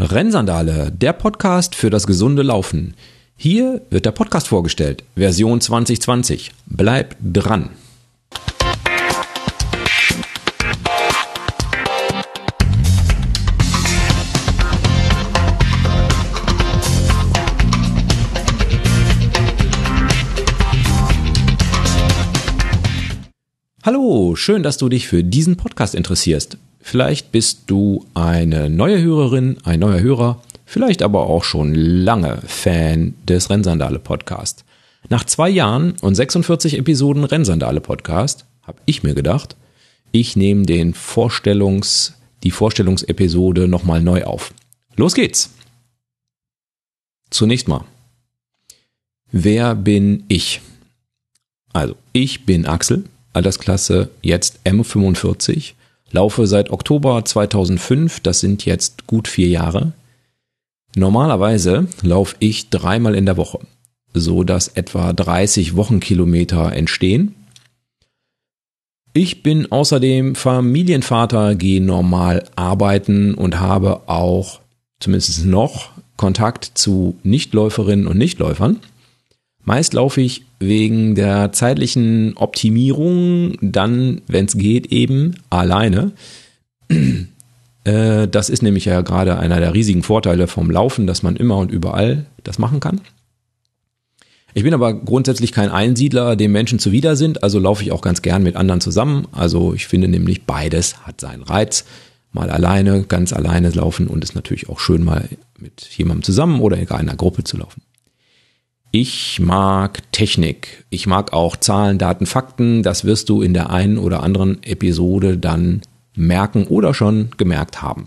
Rennsandale, der Podcast für das gesunde Laufen. Hier wird der Podcast vorgestellt, Version 2020. Bleib dran! Hallo, schön, dass du dich für diesen Podcast interessierst. Vielleicht bist du eine neue Hörerin, ein neuer Hörer, vielleicht aber auch schon lange Fan des Rennsandale-Podcast. Nach 2 Jahren und 46 Episoden Rennsandale-Podcast habe ich mir gedacht, ich nehme die Vorstellungsepisode nochmal neu auf. Los geht's! Zunächst mal, wer bin ich? Also, ich bin Axel, Altersklasse jetzt M45, laufe seit Oktober 2005, das sind jetzt gut 4 Jahre. Normalerweise laufe ich 3-mal in der Woche, so dass etwa 30 Wochenkilometer entstehen. Ich bin außerdem Familienvater, gehe normal arbeiten und habe auch zumindest noch Kontakt zu Nichtläuferinnen und Nichtläufern. Meist laufe ich wegen der zeitlichen Optimierung dann, wenn es geht, eben alleine. Das ist nämlich ja gerade einer der riesigen Vorteile vom Laufen, dass man immer und überall das machen kann. Ich bin aber grundsätzlich kein Einsiedler, dem Menschen zuwider sind, also laufe ich auch ganz gern mit anderen zusammen. Also ich finde nämlich, beides hat seinen Reiz. Mal alleine, ganz alleine laufen und ist natürlich auch schön, mal mit jemandem zusammen oder in einer Gruppe zu laufen. Ich mag Technik. Ich mag auch Zahlen, Daten, Fakten. Das wirst du in der einen oder anderen Episode dann merken oder schon gemerkt haben.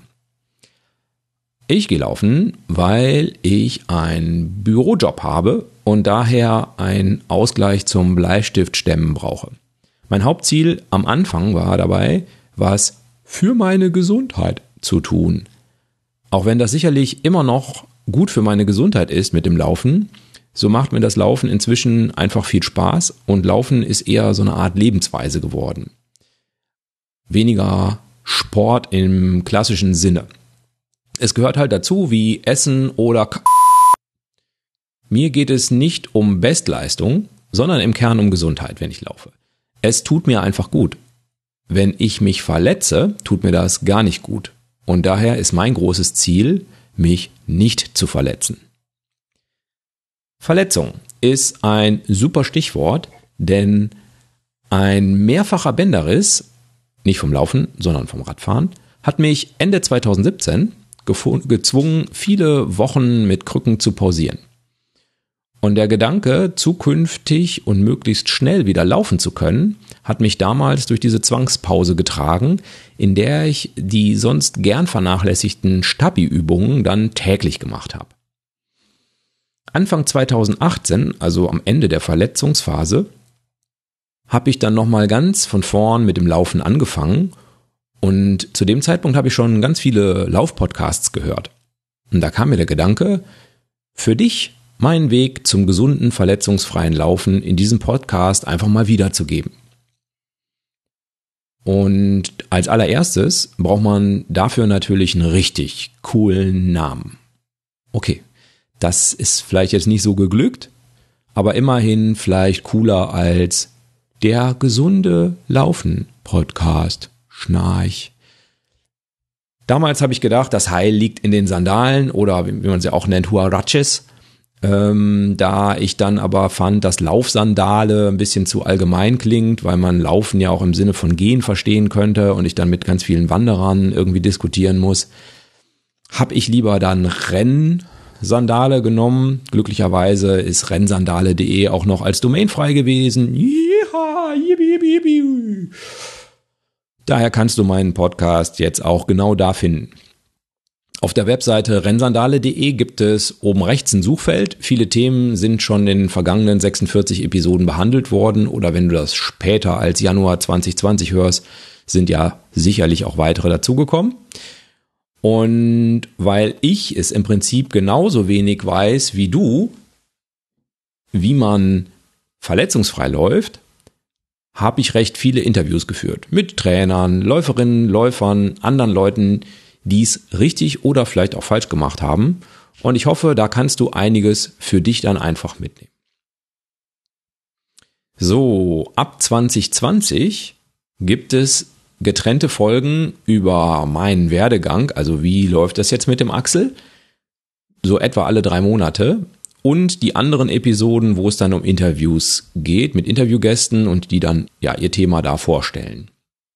Ich gehe laufen, weil ich einen Bürojob habe und daher einen Ausgleich zum Bleistiftstemmen brauche. Mein Hauptziel am Anfang war dabei, was für meine Gesundheit zu tun. Auch wenn das sicherlich immer noch gut für meine Gesundheit ist mit dem Laufen, so macht mir das Laufen inzwischen einfach viel Spaß und Laufen ist eher so eine Art Lebensweise geworden. Weniger Sport im klassischen Sinne. Es gehört halt dazu wie Essen oder Mir geht es nicht um Bestleistung, sondern im Kern um Gesundheit, wenn ich laufe. Es tut mir einfach gut. Wenn ich mich verletze, tut mir das gar nicht gut. Und daher ist mein großes Ziel, mich nicht zu verletzen. Verletzung ist ein super Stichwort, denn ein mehrfacher Bänderriss, nicht vom Laufen, sondern vom Radfahren, hat mich Ende 2017 gezwungen, viele Wochen mit Krücken zu pausieren. Und der Gedanke, zukünftig und möglichst schnell wieder laufen zu können, hat mich damals durch diese Zwangspause getragen, in der ich die sonst gern vernachlässigten Stabi-Übungen dann täglich gemacht habe. Anfang 2018, also am Ende der Verletzungsphase, habe ich dann nochmal ganz von vorn mit dem Laufen angefangen und zu dem Zeitpunkt habe ich schon ganz viele Laufpodcasts gehört. Und da kam mir der Gedanke, für dich meinen Weg zum gesunden, verletzungsfreien Laufen in diesem Podcast einfach mal wiederzugeben. Und als allererstes braucht man dafür natürlich einen richtig coolen Namen. Okay. Das ist vielleicht jetzt nicht so geglückt, aber immerhin vielleicht cooler als der gesunde Laufen-Podcast. Schnarch. Damals habe ich gedacht, das Heil liegt in den Sandalen oder wie man sie auch nennt, Huaraches. Da ich dann aber fand, dass Laufsandale ein bisschen zu allgemein klingt, weil man Laufen ja auch im Sinne von Gehen verstehen könnte und ich dann mit ganz vielen Wanderern irgendwie diskutieren muss, habe ich lieber dann Rennsandale genommen. Glücklicherweise ist rennsandale.de auch noch als Domain frei gewesen. Daher kannst du meinen Podcast jetzt auch genau da finden. Auf der Webseite rennsandale.de gibt es oben rechts ein Suchfeld. Viele Themen sind schon in den vergangenen 46 Episoden behandelt worden oder wenn du das später als Januar 2020 hörst, sind ja sicherlich auch weitere dazugekommen. Und weil ich es im Prinzip genauso wenig weiß wie du, wie man verletzungsfrei läuft, habe ich recht viele Interviews geführt mit Trainern, Läuferinnen, Läufern, anderen Leuten, die es richtig oder vielleicht auch falsch gemacht haben. Und ich hoffe, da kannst du einiges für dich dann einfach mitnehmen. So, ab 2020 gibt es getrennte Folgen über meinen Werdegang, also wie läuft das jetzt mit dem Axel, so etwa alle 3 Monate, und die anderen Episoden, wo es dann um Interviews geht, mit Interviewgästen und die dann ja ihr Thema da vorstellen.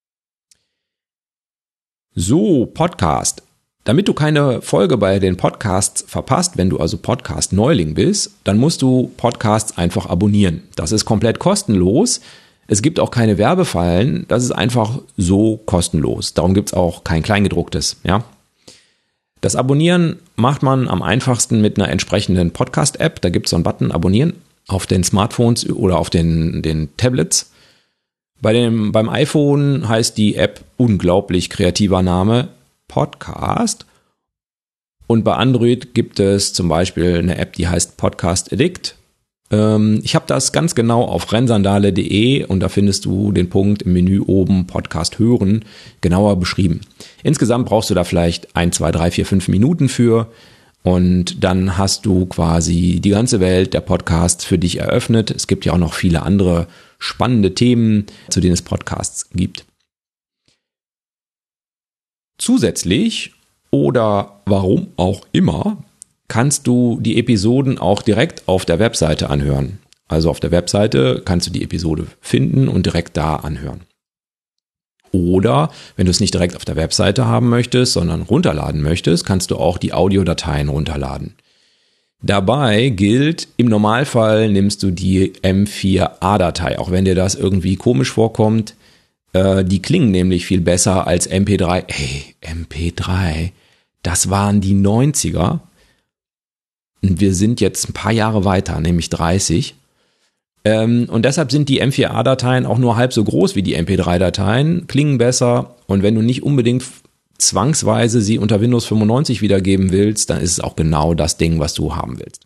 So, Podcast. Damit du keine Folge bei den Podcasts verpasst, wenn du also Podcast-Neuling bist, dann musst du Podcasts einfach abonnieren. Das ist komplett kostenlos. Es gibt auch keine Werbefallen. Das ist einfach so kostenlos. Darum gibt es auch kein Kleingedrucktes. Ja? Das Abonnieren macht man am einfachsten mit einer entsprechenden Podcast-App. Da gibt es so einen Button Abonnieren auf den Smartphones oder auf den Tablets. Beim iPhone heißt die App, unglaublich kreativer Name, Podcast. Und bei Android gibt es zum Beispiel eine App, die heißt Podcast Addict. Ich habe das ganz genau auf rennsandale.de und da findest du den Punkt im Menü oben Podcast hören genauer beschrieben. Insgesamt brauchst du da vielleicht 1, 2, 3, 4, 5 Minuten für und dann hast du quasi die ganze Welt der Podcasts für dich eröffnet. Es gibt ja auch noch viele andere spannende Themen, zu denen es Podcasts gibt. Zusätzlich oder warum auch immer kannst du die Episoden auch direkt auf der Webseite anhören. Also auf der Webseite kannst du die Episode finden und direkt da anhören. Oder wenn du es nicht direkt auf der Webseite haben möchtest, sondern runterladen möchtest, kannst du auch die Audiodateien runterladen. Dabei gilt, im Normalfall nimmst du die M4A-Datei, auch wenn dir das irgendwie komisch vorkommt. Die klingen nämlich viel besser als MP3. Hey, MP3, das waren die 90er. Und wir sind jetzt ein paar Jahre weiter, nämlich 30. Und deshalb sind die M4A-Dateien auch nur halb so groß wie die MP3-Dateien, klingen besser. Und wenn du nicht unbedingt zwangsweise sie unter Windows 95 wiedergeben willst, dann ist es auch genau das Ding, was du haben willst.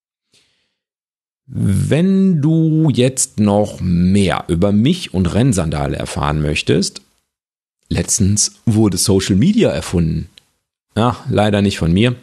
Wenn du jetzt noch mehr über mich und Rennsandale erfahren möchtest, letztens wurde Social Media erfunden. Ja, leider nicht von mir.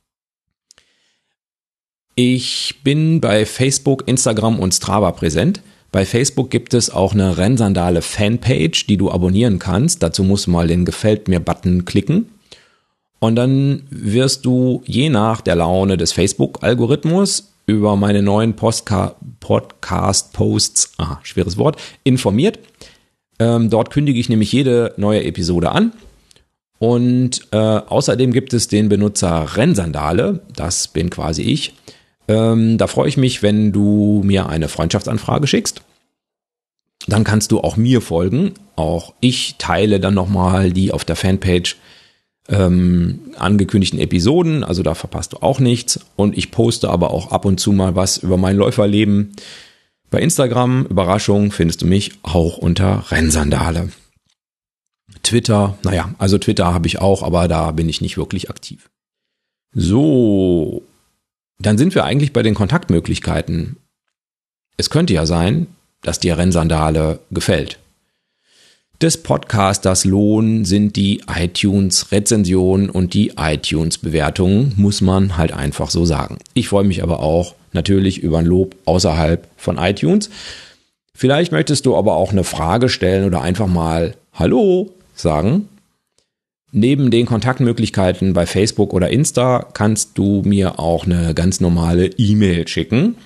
Ich bin bei Facebook, Instagram und Strava präsent. Bei Facebook gibt es auch eine Rennsandale Fanpage, die du abonnieren kannst. Dazu musst du mal den Gefällt mir-Button klicken. Und dann wirst du je nach der Laune des Facebook-Algorithmus über meine neuen Podcast-Posts, schweres Wort, informiert. Dort kündige ich nämlich jede neue Episode an. Und außerdem gibt es den Benutzer Rennsandale, das bin quasi ich. Da freue ich mich, wenn du mir eine Freundschaftsanfrage schickst. Dann kannst du auch mir folgen. Auch ich teile dann nochmal die auf der Fanpage angekündigten Episoden. Also da verpasst du auch nichts. Und ich poste aber auch ab und zu mal was über mein Läuferleben. Bei Instagram, Überraschung, findest du mich auch unter Rennsandale. Twitter, also Twitter habe ich auch, aber da bin ich nicht wirklich aktiv. So, dann sind wir eigentlich bei den Kontaktmöglichkeiten. Es könnte ja sein, dass dir Rennsandale gefällt. Des Podcasters Lohn sind die iTunes-Rezensionen und die iTunes-Bewertungen, muss man halt einfach so sagen. Ich freue mich aber auch natürlich über ein Lob außerhalb von iTunes. Vielleicht möchtest du aber auch eine Frage stellen oder einfach mal Hallo sagen. Neben den Kontaktmöglichkeiten bei Facebook oder Insta kannst du mir auch eine ganz normale E-Mail schicken.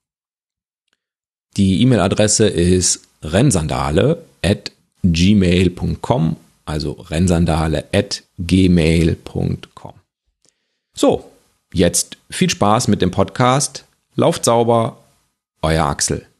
Die E-Mail-Adresse ist rennsandale@gmail.com, also rennsandale@gmail.com. So, jetzt viel Spaß mit dem Podcast. Lauft sauber, euer Axel.